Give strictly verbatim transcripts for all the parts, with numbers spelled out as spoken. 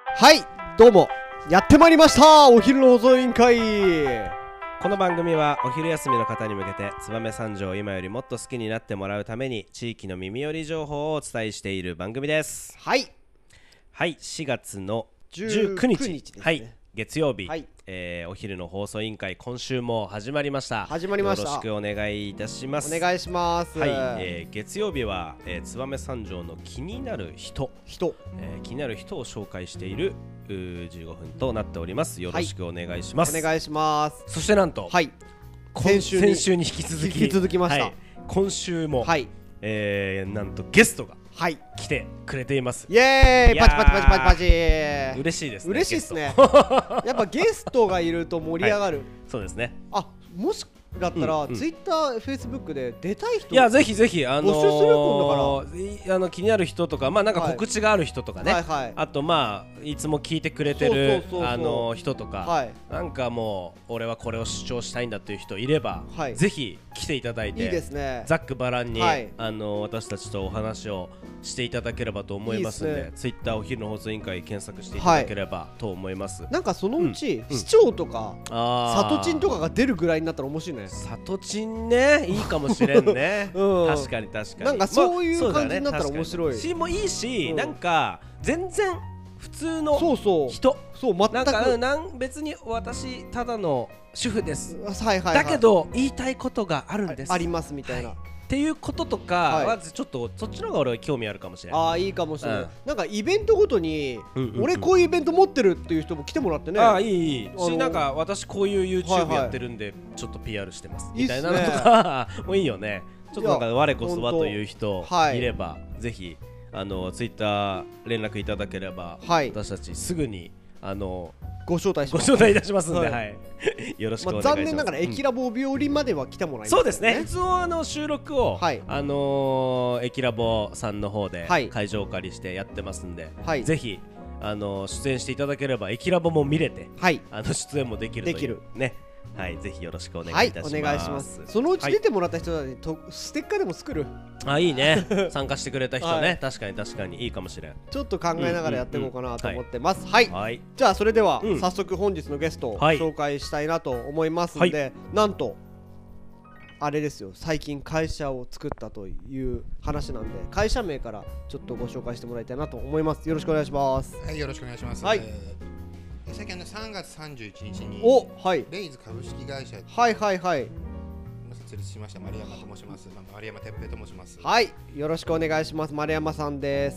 はい、どうもやってまいりました、お昼の放送委員会。 この番組はお昼休みの方に向けて燕三条を今よりもっと好きになってもらうために地域の耳寄り情報をお伝えしている番組です。 はいはい、しがつのじゅうくにち、 じゅうくにちですね、 はい、月曜日、 はい、 えー、お昼の放送委員会、今週も始まりました。 始まりました。 よろしくお願いいたします。 お願いします。 はい、えー、月曜日は、えー、燕三条の気になる人人、 えー、気になる人を紹介しているじゅうごふんとなっております。よろしくお願いします。 はい、お願いします。 そしてなんと、 はい、 先週に先週に引き続き引き続きました、 はい、今週も、 はい、 えー、なんとゲストがはい来てくれています。 イエーイ、パチパチパチパチパチ。 嬉しいですね。 嬉しいですね。やっぱゲストがいると盛り上がる、はい、 そうですね。 あ、もしだったら、うんうん、ツイッター、フェイスブックで出たい人、 いやぜひぜひ、あのー、 募集する今度からあの気になる人とか、まあなんか告知がある人とかね、 はいはいはい、 あとまあいつも聞いてくれてるあの人とか、はい、なんかもう俺はこれを主張したいんだっていう人いれば、はい、ぜひ来ていただいて、いいですね、ざっくばらんに、はい、あの私たちとお話をしていただければと思いますので、いいですね、ツイッターお昼の放送委員会検索していただければと思います、はい、 なんかそのうち、うん、市長とか、うん、サトチンとかが出るぐらいになったら面白いね。 サトチンね、いいかもしれんね、うん、確かに確かに、 なんかそういう感じになったら面白い、 まあ、しもいいし、うん、なんか全然普通のそうそう人、 そう全くなんかなん別に私ただの主婦です、 はいはいはい、 だけど言いたいことがあるんです、 ありますみたいな、はい、 っていうこととかは、はい、ちょっとそっちの方が俺は興味あるかもしれない。 ああ、いいかもしれない、うん、なんかイベントごとに、うんうんうん、俺こういうイベント持ってるっていう人も来てもらってね。 ああ、いいいいし、なんか私こういう YouTube やってるんで、はいはい、ちょっと ピーアール してますみたいなのとかいい、ね、もういいよね。ちょっとなんか我こそはという人いれば、はい、ぜひあのツイッター連絡いただければ、はい、私たちすぐにあのご招待します、 ご招待いたしますんで、はいはい、よろしくお願いします。まあ、 残念ながらエキラボ日和までは来てもらいます、ね、 そうですね。いつもあの収録を、はい、あのー、エキラボさんの方で会場をお借りしてやってますんで、はい、ぜひあのー、出演していただければエキラボも見れて、はい、あの出演もできるというできるね。はい、ぜひよろしくお願いいたします。 はい、お願いします。そのうち出てもらった人は、ね、はい、ステッカーでも作る。 あ、いいね。参加してくれた人ね、はい、確かに確かにいいかもしれん。 ちょっと考えながらやっていこうかなと思ってます。はい、はい、じゃあそれでは、うん、早速本日のゲストを紹介したいなと思いますので、はい、なんとあれですよ、最近会社を作ったという話なんで、会社名からちょっとご紹介してもらいたいなと思います。よろしくお願いします。 はい、よろしくお願いします。はい、最近のさんがつさんじゅういちにちにお、はい、 レイズ株式会社はいはいはい設立しました丸山と申します。丸山哲平と申します。 はい、よろしくお願いします。丸山さんです。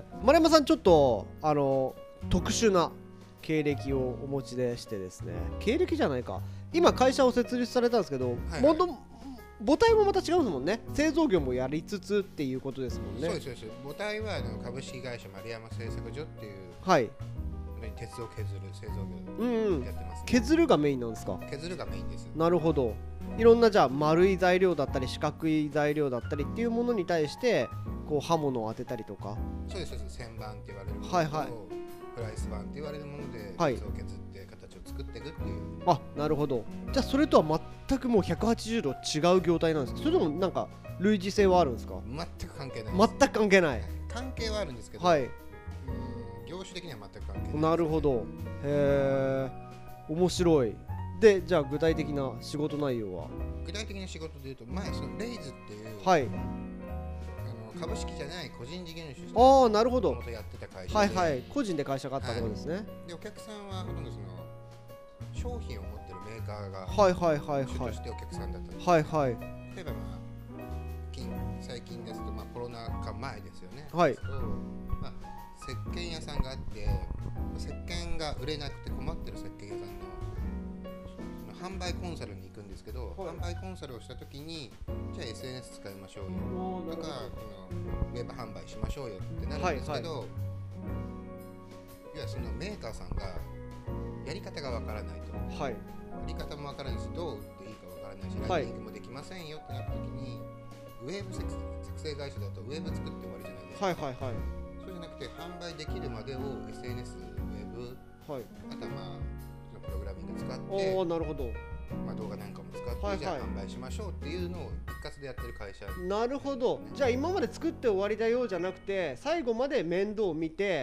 丸山さん、ちょっとあの特殊な経歴をお持ちでしてですね、経歴じゃないか、今会社を設立されたんですけど、はいはい、もと母体もまた違うんですもんね。製造業もやりつつっていうことですもんね。 そうですそうです。母体はあの株式会社丸山製作所っていう、 はい、 鉄を削る製造業やってます、ね、 うん、削るがメインなんですか。 削るがメインです。 なるほど。いろんなじゃあ丸い材料だったり四角い材料だったりっていうものに対してこう刃物を当てたりとか。 そうですそうです。旋盤って言われるものと、 はいはい、 プライス板って言われるもので鉄を削って形を作っていくっていう、 はい、あ、なるほど。じゃあそれとは全くもうひゃくはちじゅうど違う業態なんですか。それともなんか類似性はあるんですか。 全く関係ないです。 全く関係ない。 関係はあるんですけど、 はい、 業種的には全く関係ないです、ね、 なるほど。へー、面白い。で、じゃあ具体的な仕事内容は。 具体的な仕事でいうと、前そのレイズっていう、 はい、 あの株式じゃない個人事業主としてああ、なるほど、 元やってた会社で、 はいはい、個人で会社があったところですね、はい、 でお客さんはほとんどその商品を持ってるメーカーがはいはいはいはい主としてお客さんだったんです。 はいはい。 例えば、まあ、近最近ですと、まあ、コロナ禍前ですよね。 はい。 まあ、石鹸屋さんがあって、石鹸が売れなくて困ってる石鹸屋さんの販売コンサルに行くんですけど、はい、販売コンサルをしたときに、じゃあ エスエヌエス 使いましょうよとか、ウェブ販売しましょうよってなるんですけど、はいはい、いやそのメーカーさんがやり方がわからないと、はい、売り方もわからないし、どう売っていいかわからないし、ライティングもできませんよってなったときに、ウェブ作成会社だとウェブ作って終わりじゃないですか。 はいはいはい。 そうじゃなくて販売できるまでを エスエヌエス、ウェブ、はい、あとはまあプログラミング使って、 おー、なるほど、 まあ、動画なんかも使って、はいはい、じゃあ販売しましょうっていうのを一括でやってる会社、ね、 なるほど。じゃあ今まで作って終わりだよじゃなくて、最後まで面倒を見て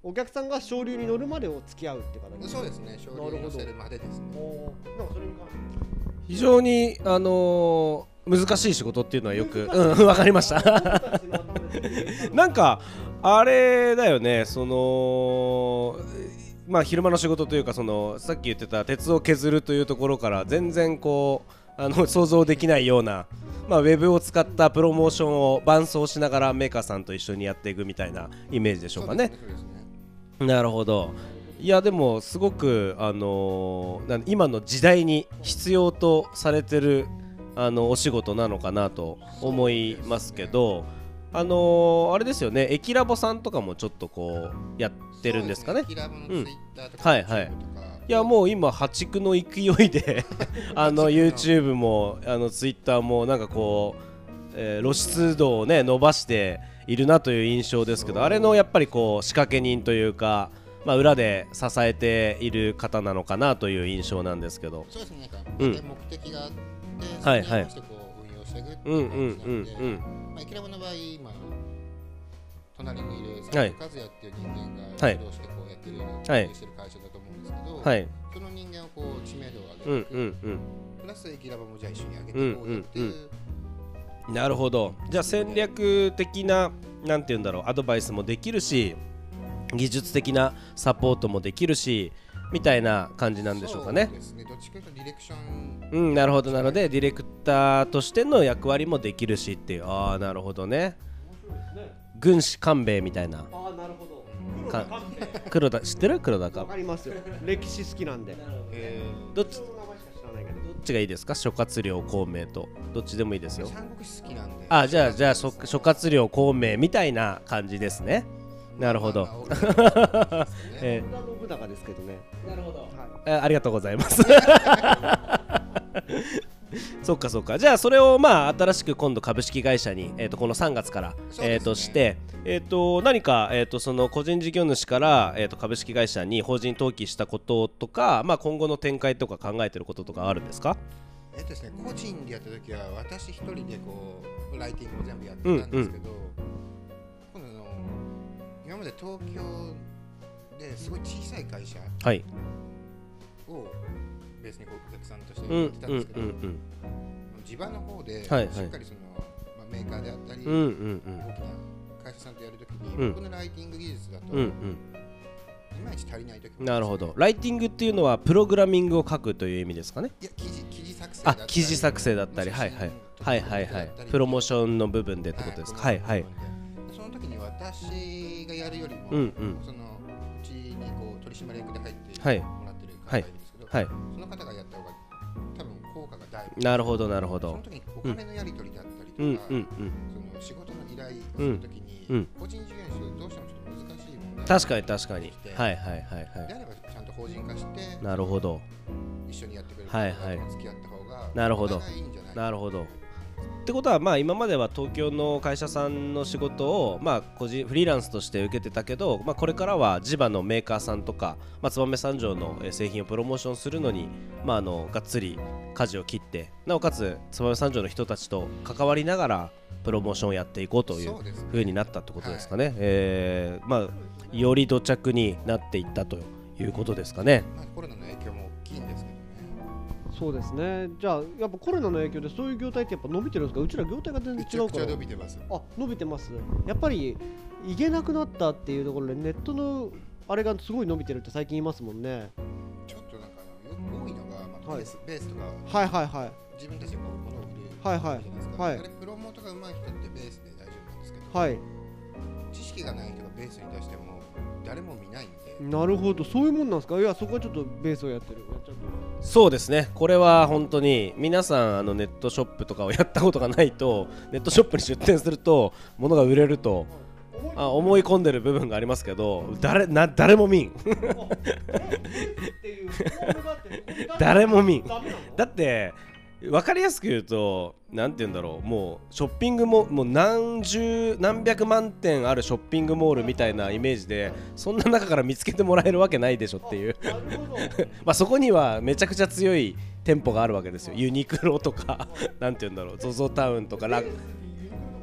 お客さんが昇竜に乗るまでを付き合うって形。 そうですね、昇竜に乗せるまでですね。 なんかそれに関して非常にあのー、難しい仕事っていうのはよくうんわかりましたなんかあれだよね、そのまあ昼間の仕事というか、そのさっき言ってた鉄を削るというところから全然こうあの想像できないような、まあ、ウェブを使ったプロモーションを伴走しながらメーカーさんと一緒にやっていくみたいなイメージでしょうかね。なるほど。いやでもすごく、あのー、今の時代に必要とされてるあのお仕事なのかなと思いますけど、あのー、あれですよね、エキラボさんとかもちょっとこうやってるんですかね。 エキラボのツイッターとか、 はいはい。いやもう今破竹の勢いであの YouTube もあの Twitter もなんかこう、えー、露出度をね伸ばしているなという印象ですけど、あれのやっぱりこう仕掛け人というか、まあ、裏で支えている方なのかなという印象なんですけど。 そうですね、なんか、うん、目的があって、はいはい、それに合わせてこう運用していくっていう感じなので、まあ、エキラボの場合、今隣にいる佐藤和也っていう人間が主導してこうやってる、はい、してる会社だと思うんですけど、はい、その人間をこう知名度を上げていく、うんうんうん、プラスエキラボもじゃあ一緒に上げていこうよっていう、うんうんうん、なるほど。じゃあ戦略的ななんていうんだろう、アドバイスもできるし、技術的なサポートもできるしみたいな感じなんでしょうかね。 そうですね、どっちかというとディレクション、 うん、なるほどなのでディレクターとしての役割もできるしっていう。ああなるほどね。軍師官兵衛みたいな。 ああなるほど。 黒田知ってる？黒田か。 わかりますよ。歴史好きなんで。 えー、どっち？どっちがいいですか？諸葛亮孔明とどっちでもいいですよ。 三国志好きなんで。 あ、じゃあじゃあ諸葛亮孔明みたいな感じですね。なるほど。 えー、信長ですけどね。 なるほど。はい、ありがとうございます。そっかそっか。じゃあそれをまあ新しく今度株式会社に、えー、とこのさんがつから、ねえー、として、えー、と何か、えー、とその個人事業主から、えー、と株式会社に法人登記したこととか、まあ、今後の展開とか考えてることとかあるんですか？ えっとですね、個人でやった時は私一人でこうライティングも全部やってたんですけど、うんうん、今度の今まで東京ですごい小さい会社を、はいベースにお客さんとしてやってたんですけど、うんうんうんうん、地場の方でしっかりその、はいはい、まあ、メーカーであったり、うんうんうん、大きな会社さんとやるときに、うん、僕のライティング技術だと、うんうん、いまいち足りないときもあるんですね。 なるほど。ライティングっていうのはプログラミングを書くという意味ですかね？ いや、記事、記事作成だったり、あ、記事作成だったり、はいはいはいはいはい、プロモーションの部分でってことですか？はいはい。 その時に私がやるよりも、うんうん、そのうちにこう取締役で入ってもらってる方がいるんですけど、はいはい、その方がやった方が多分効果が大事。 なるほどなるほど。その時にお金のやり取りだったりとか、うんうんうん、その仕事の依頼をする時に、うんうん、個人事業主どうしてもちょっと難しいものが確かに確かに、はいはいはいはい。 であればちゃんと法人化して、 なるほど、 一緒にやってくれる方と付き合った方がなるほどなるほど。ってことは、まあ今までは東京の会社さんの仕事を、まあ、個人フリーランスとして受けてたけど、まあ、これからは地場のメーカーさんとか、まあ、燕三条の製品をプロモーションするのに、まあ、あのがっつり舵を切って、なおかつ燕三条の人たちと関わりながらプロモーションをやっていこうというふうになったってことですかね。はい、えーまあ、より土着になっていったということですかね。 まあ、コロナの影響も大きいんですけど。 そうですね。じゃあやっぱコロナの影響でそういう業態ってやっぱ伸びてるんですか？うちら業態が全然違うから。 めちゃくちゃ伸びてます。 あ、伸びてます。やっぱりいけなくなったっていうところでネットのあれがすごい伸びてるって最近言いますもんね。 ちょっとなんかよく多いのが、まあ、はい、ベース、ベースとか、 はいはいはい、 自分たちでこう物を売るじゃないですか。はいはい、あれプロモートが上手い人ってベースで大丈夫なんですけど、はい、知識がない人がベースに出しても誰も見ないんで。 なるほど、そういうもんなんですか？いや、そこはちょっとベースをやってる。やっちゃうそうですね。これは本当に皆さんあのネットショップとかをやったことがないと、ネットショップに出店すると物が売れるとあ思い込んでる部分がありますけど、誰な誰も見ん誰も見ん。だって分かりやすく言うと、なんて言うんだろう、もうショッピングももう何十何百万店あるショッピングモールみたいなイメージで、そんな中から見つけてもらえるわけないでしょっていうまあそこにはめちゃくちゃ強い店舗があるわけですよ。ユニクロとかなんて言うんだろう、ゾゾタウンとかラ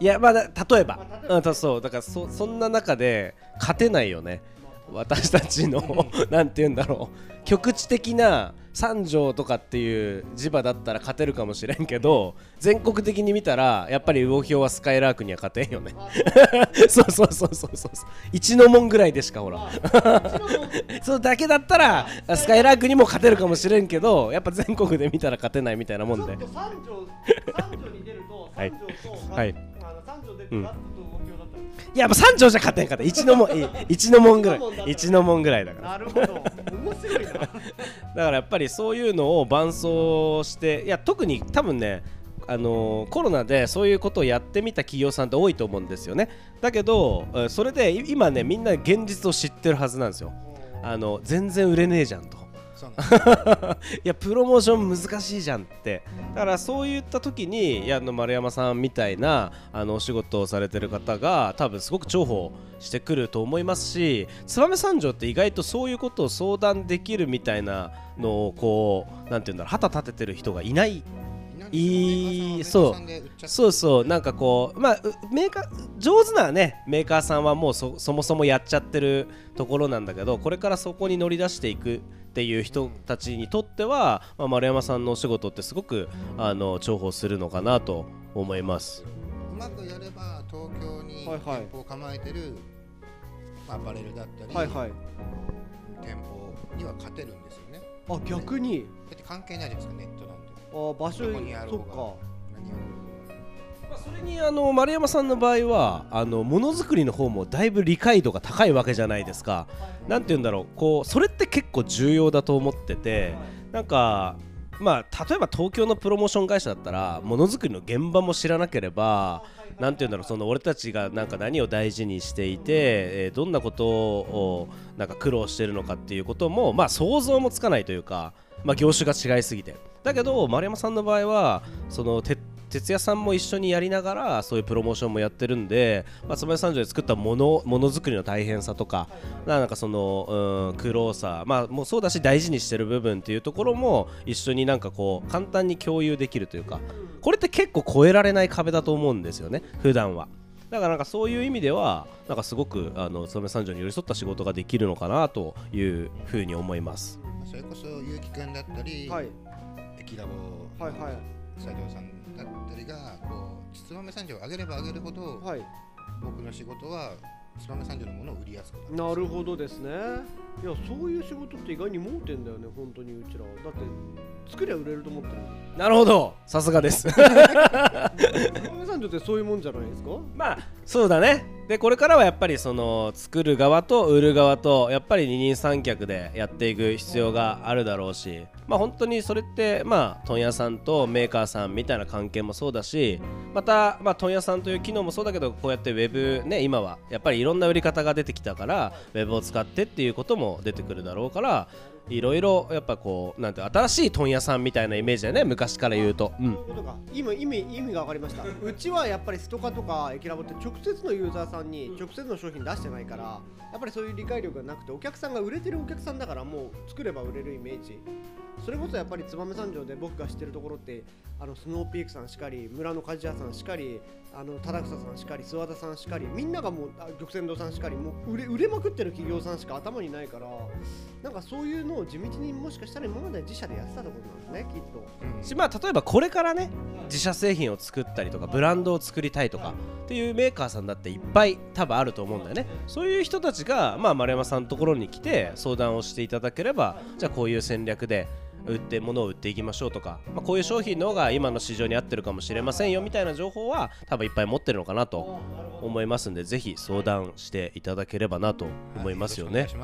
いやまあ例えば、まあ、うん、そうだから そ, そんな中で勝てないよね私たちのなんて言うんだろう、局地的な三条とかっていう地場だったら勝てるかもしれんけど、全国的に見たらやっぱり魚評はスカイラークには勝てんよねそうそうそうそうそう、一の門ぐらいでしかほらそうだけだったらスカイラークにも勝てるかもしれんけど、やっぱ全国で見たら勝てないみたいなもんで、 ちょっと三条三条に出ると三条と、はい、あの三条出てラットと魚評だったら、 いや、三条じゃ勝てんかった。一の門、一の門ぐらい、一の門ぐらいだから。 なるほど、面白いな。だからやっぱりそういうのを伴走して、いや特に多分ね、あのー、コロナでそういうことをやってみた企業さんって多いと思うんですよね。だけどそれで今ね、みんな現実を知ってるはずなんですよ。あの全然売れねえじゃんと。いやプロモーション難しいじゃんって。だからそういった時に、いやあの丸山さんみたいなあのお仕事をされてる方が多分すごく重宝してくると思いますし、燕三条って意外とそういうことを相談できるみたいなのをこうなんていうんだろう、旗立ててる人がいない。いいそうそうそう、なんかこう、まあメーカー上手なねメーカーさんはもう そ, そもそもやっちゃってるところなんだけど、これからそこに乗り出していくっていう人たちにとっては、まあ、丸山さんのお仕事ってすごくあの重宝するのかなと思います。 うまくやれば東京に店舗を構えてる、はいはい、アパレルだったり、はいはい、店舗には勝てるんですよね。 あ、逆にだって関係ないじゃないですか、ネットなんて。 あ、場所にあろうが何やろうが、それにあの丸山さんの場合はあのものづくりの方もだいぶ理解度が高いわけじゃないですか。なんて言うんだろう、こうそれって結構重要だと思ってて、なんかまあ例えば東京のプロモーション会社だったらものづくりの現場も知らなければ、なんて言うんだろう、その俺たちがなんか何を大事にしていて、えー、どんなことをなんか苦労してるのかっていうこともまあ想像もつかないというか、まあ業種が違いすぎて。だけど丸山さんの場合はそのて哲也さんも一緒にやりながらそういうプロモーションもやってるんで、まあ、燕三条で作ったものものづくりの大変さとか、なんかその、うん、苦労さ、まあもうそうだし大事にしてる部分っていうところも一緒になんかこう簡単に共有できるというか、これって結構越えられない壁だと思うんですよね、普段は。だからなんかそういう意味ではなんかすごくあの燕三条に寄り添った仕事ができるのかなというふうに思います。 それこそゆうきくんだったり、はい、駅ラボの斉藤さんだったりがこう燕三条を上げれば上げるほど、はい、僕の仕事は燕三条のものを売りやすくなる。 なるほどですね。いや、そういう仕事って意外に盲点だよね、本当にうちらは。だって作りゃ売れると思ってる。 なるほど、さすがです燕三条ってそういうもんじゃないですか。 まあそうだね。でこれからはやっぱりその作る側と売る側とやっぱり二人三脚でやっていく必要があるだろうし、まあ本当にそれってまあ問屋さんとメーカーさんみたいな関係もそうだし、またまあ問屋さんという機能もそうだけど、こうやってウェブね、今はやっぱりいろんな売り方が出てきたからウェブを使ってっていうことも出てくるだろうから、いろいろやっぱこうなんて新しい問屋さんみたいなイメージだよね、昔から言うと。 うん、そういうことか。今意味意味が分かりました。うちはやっぱりストカとかエキラボって直接のユーザーさんに直接の商品出してないから、やっぱりそういう理解力がなくて、お客さんが売れてるお客さんだからもう作れば売れるイメージ。それこそやっぱり燕三条で僕が知ってるところって、あのスノーピークさんしかり、村の鍛冶屋さんしかり、あの忠草さんしかり、諏訪田さんしかり、みんながもう玉泉堂さんしかり、もう売れ売れまくってる企業さんしか頭にないから、なんかそういうのを地道にもしかしたら今まで自社でやってたところなんですね、きっと。 うん、しまあ例えばこれからね、自社製品を作ったりとかブランドを作りたいとかっていうメーカーさんだっていっぱい多分あると思うんだよね。そういう人たちがまあ丸山さんのところに来て相談をしていただければ、じゃあこういう戦略で売って物を売っていきましょうとか、まあ、こういう商品の方が今の市場に合ってるかもしれませんよみたいな情報は多分いっぱい持ってるのかなと思いますんで、ぜひ相談していただければなと思いますよね。 はい、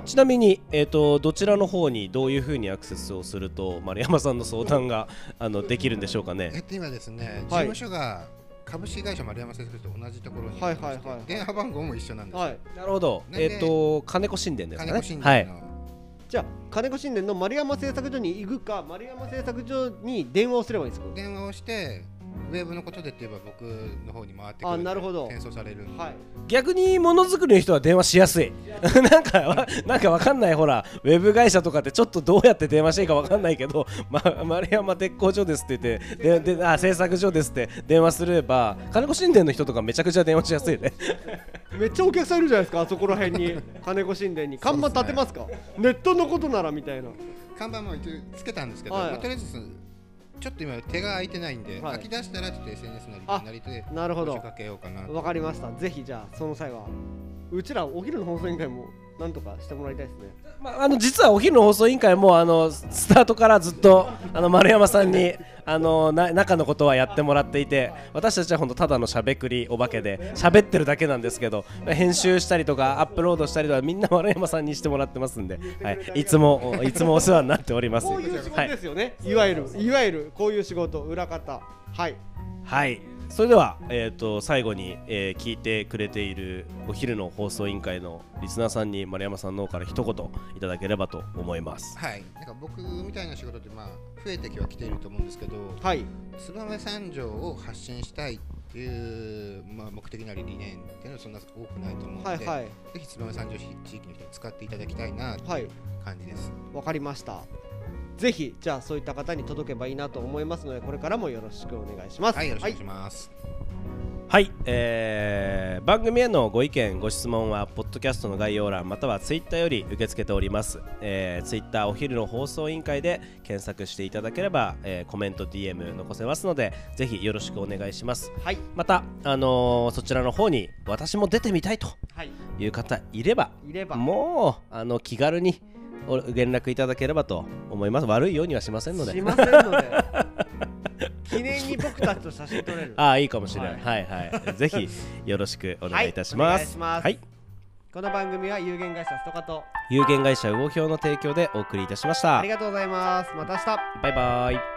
ちなみに、えーと、どちらの方にどういうふうにアクセスをすると丸山さんの相談があのできるんでしょうかね。 えっと今ですね、事務所が株式会社丸山製作所と同じところに、はいはいはい、電話番号も一緒なんですよ。はい、 なるほど。えっ、ー、と金子神殿ですかね。 金子神殿の、 はい、 じゃあ金子神殿の丸山製作所に行くか、丸山製作所に電話をすればいいんですか。 電話をしてウェブのことでって言えば僕の方に回ってくるんで転送されるんで、はい、 逆にものづくりの人は電話しやすいなんかなんかわかんない、ほらウェブ会社とかってちょっとどうやって電話していいかわかんないけど、ま、丸山鉄工所ですって言ってでであ制作所ですって電話すれば金子神殿の人とかめちゃくちゃ電話しやすいねめっちゃお客さんいるじゃないですか、あそこら辺に金子神殿に看板立てますか、ネットのことならみたいな看板も一応つけたんですけど、はい、まあ、とりあえずちょっと今手が空いてないんで、はい、書き出したらちょっと エスエヌエス なりなりでなるほどかけようかな。 わかりました。ぜひじゃあその際はうちらお昼の放送委員会もなんとかしてもらいたいですね。 まあ、あの実はお昼の放送委員会もあのスタートからずっとあの丸山さんにあのな中のことはやってもらっていて、私たちは本当ただのしゃべくりお化けで喋ってるだけなんですけど、編集したりとかアップロードしたりとかみんな丸山さんにしてもらってますんで、はい、いつもいつもお世話になっております。 こういう仕事ですよね、はい、いわゆるいわゆるこういう仕事、裏方。はいはい、それでは、えー、と最後に、えー、聞いてくれているお昼の放送委員会のリスナーさんに丸山さんの方から一言いただければと思います。 はい、なんか僕みたいな仕事ってまあ増えてきはきていると思うんですけど、 はい、 燕三条を発信したいっていう、まあ、目的なり理念っていうのはそんな多くないと思うので、はいはい、ぜひ燕三条地域の人に使っていただきたいなという感じです。 わ、はい、かりました。ぜひじゃあそういった方に届けばいいなと思いますので、これからもよろしくお願いします。 はい、よろしくお願いします。 はい、えー、番組へのご意見ご質問はポッドキャストの概要欄またはツイッターより受け付けております。えー、ツイッターお昼の放送委員会で検索していただければ、えー、コメント ディーエム 残せますのでぜひよろしくお願いします。はい、また、あのー、そちらの方に私も出てみたいという方いれば、はい、いればもうあの気軽にご連絡いただければと思います。悪いようにはしませんので。 しませんので記念に僕たちと写真撮れる。 ああ、いいかもしれない。はいはい、はい、ぜひよろしくお願いいたします。 はい、お願いします。はい、この番組は有限会社ストカと有限会社魚評の提供でお送りいたしました。 ありがとうございます。また明日。 バイバイ。